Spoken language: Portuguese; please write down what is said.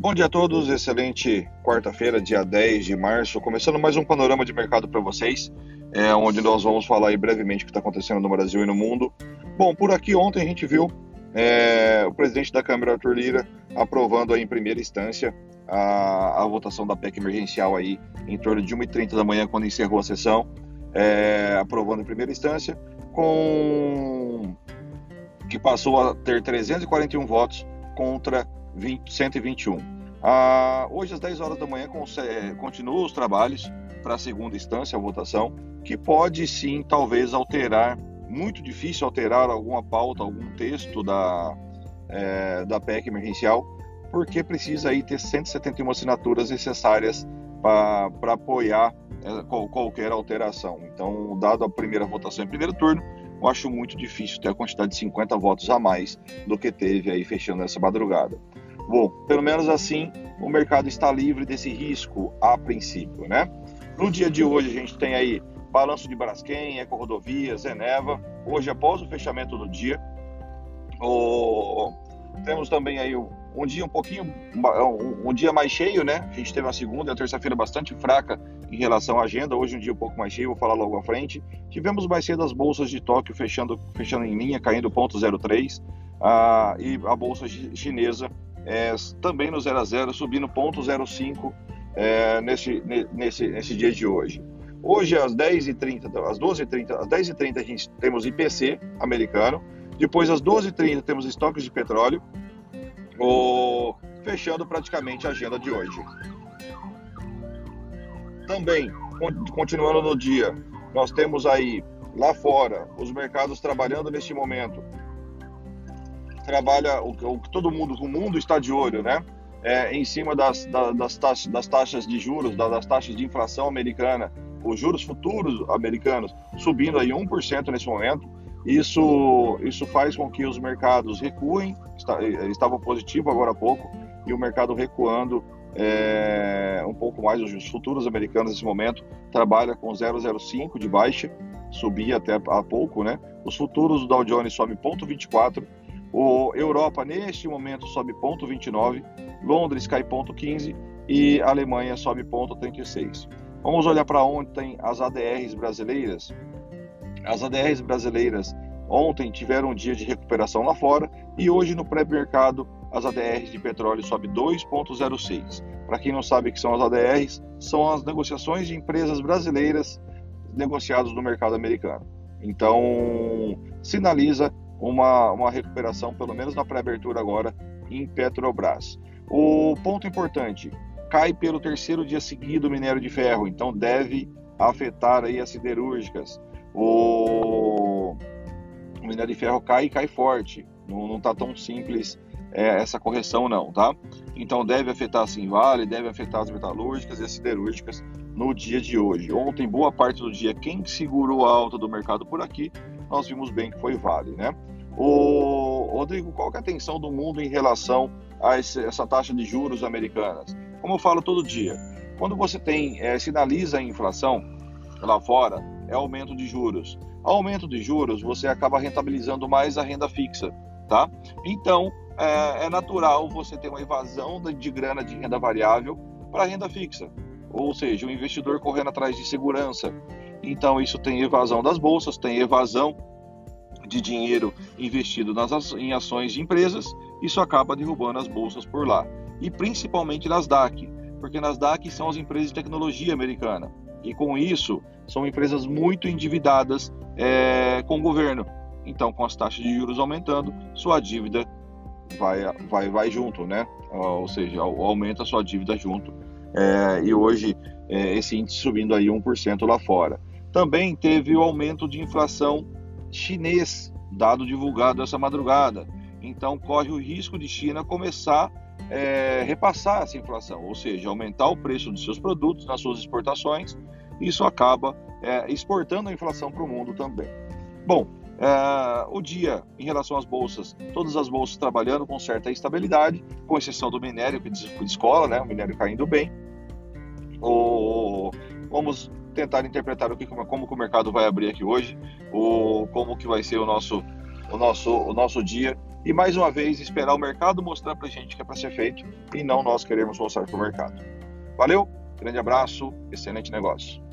Bom dia a todos, excelente quarta-feira, dia 10 de março, começando mais um panorama de mercado para vocês, onde nós vamos falar aí brevemente o que está acontecendo no Brasil e no mundo. Bom, por aqui ontem a gente viu o presidente da Câmara, Arthur Lira, aprovando aí em primeira instância a votação da PEC emergencial aí em torno de 1h30 da manhã, quando encerrou a sessão, aprovando em primeira instância, que passou a ter 341 votos contra 121. Hoje às 10 horas da manhã continuam os trabalhos para a segunda instância, a votação, que pode sim, talvez alterar, muito difícil alterar alguma pauta, algum texto da PEC emergencial, porque precisa aí ter 171 assinaturas necessárias para apoiar qualquer alteração. Então, dado a primeira votação em primeiro turno, eu acho muito difícil ter a quantidade de 50 votos a mais do que teve aí fechando essa madrugada. Bom, pelo menos assim, o mercado está livre desse risco a princípio, né? No dia de hoje a gente tem aí balanço de Braskem, EcoRodovias, Eneva. Hoje, após o fechamento do dia, temos também aí um dia um dia mais cheio, né? A gente teve uma segunda e a terça-feira bastante fraca em relação à agenda. Hoje um dia um pouco mais cheio, vou falar logo à frente. Tivemos mais cedo as bolsas de Tóquio fechando em linha, caindo 0,03, e a bolsa chinesa também no 0 a 0, subindo 0,05 nesse dia de hoje. Hoje às 10h30, às 10h30 a gente temos IPC americano. Depois às 12h30 temos estoques de petróleo, fechando praticamente a agenda de hoje. Também, continuando no dia, nós temos aí lá fora os mercados trabalhando neste momento. Trabalha o que todo mundo, o mundo está de olho, né? Em cima das taxas de juros, das taxas de inflação americana, os juros futuros americanos subindo aí 1% nesse momento. Isso faz com que os mercados recuem, estavam positivos agora há pouco, e o mercado recuando um pouco mais. Os futuros americanos nesse momento trabalham com 0,05 de baixa, subia até há pouco, né? Os futuros do Dow Jones sobem 0,24, Europa neste momento sobe 0,29, Londres cai 0,15 e a Alemanha sobe 0,36. Vamos olhar para ontem as ADRs brasileiras. As ADRs brasileiras ontem tiveram um dia de recuperação lá fora e hoje no pré-mercado as ADRs de petróleo sobe 2,06. Para quem não sabe o que são as ADRs, são as negociações de empresas brasileiras negociadas no mercado americano. Então, sinaliza uma recuperação, pelo menos na pré-abertura agora, em Petrobras. O ponto importante, cai pelo terceiro dia seguido o minério de ferro, então deve afetar aí as siderúrgicas. O minério de ferro cai forte, não está tão simples essa correção não, tá? Então deve afetar sim Vale, deve afetar as metalúrgicas e as siderúrgicas no dia de hoje. Ontem, boa parte do dia, quem segurou a alta do mercado por aqui, nós vimos bem que foi Vale, né? Rodrigo, qual que é a atenção do mundo em relação a essa taxa de juros americanas? Como eu falo todo dia, quando você sinaliza a inflação lá fora, é aumento de juros. Aumento de juros, você acaba rentabilizando mais a renda fixa, tá? Então, é natural você ter uma evasão de grana de renda variável para renda fixa, ou seja, o investidor correndo atrás de segurança. Então, isso tem evasão das bolsas, tem evasão de dinheiro investido em ações de empresas, isso acaba derrubando as bolsas por lá. E principalmente Nasdaq, porque Nasdaq são as empresas de tecnologia americana. E com isso, são empresas muito endividadas com o governo. Então, com as taxas de juros aumentando, sua dívida vai junto, né? Ou seja, aumenta a sua dívida junto. E hoje, esse índice subindo aí 1% lá fora. Também teve o aumento de inflação chinês, dado divulgado essa madrugada. Então, corre o risco de China começar a repassar essa inflação, ou seja, aumentar o preço dos seus produtos nas suas exportações. Isso acaba exportando a inflação para o mundo também. Bom, o dia em relação às bolsas, todas as bolsas trabalhando com certa estabilidade, com exceção do minério que descola, né? O minério caindo bem. Vamos tentar interpretar como que o mercado vai abrir aqui hoje, como que vai ser o nosso dia e, mais uma vez, esperar o mercado mostrar para a gente que é para ser feito e não nós queremos mostrar para o mercado. Valeu, grande abraço, excelente negócio.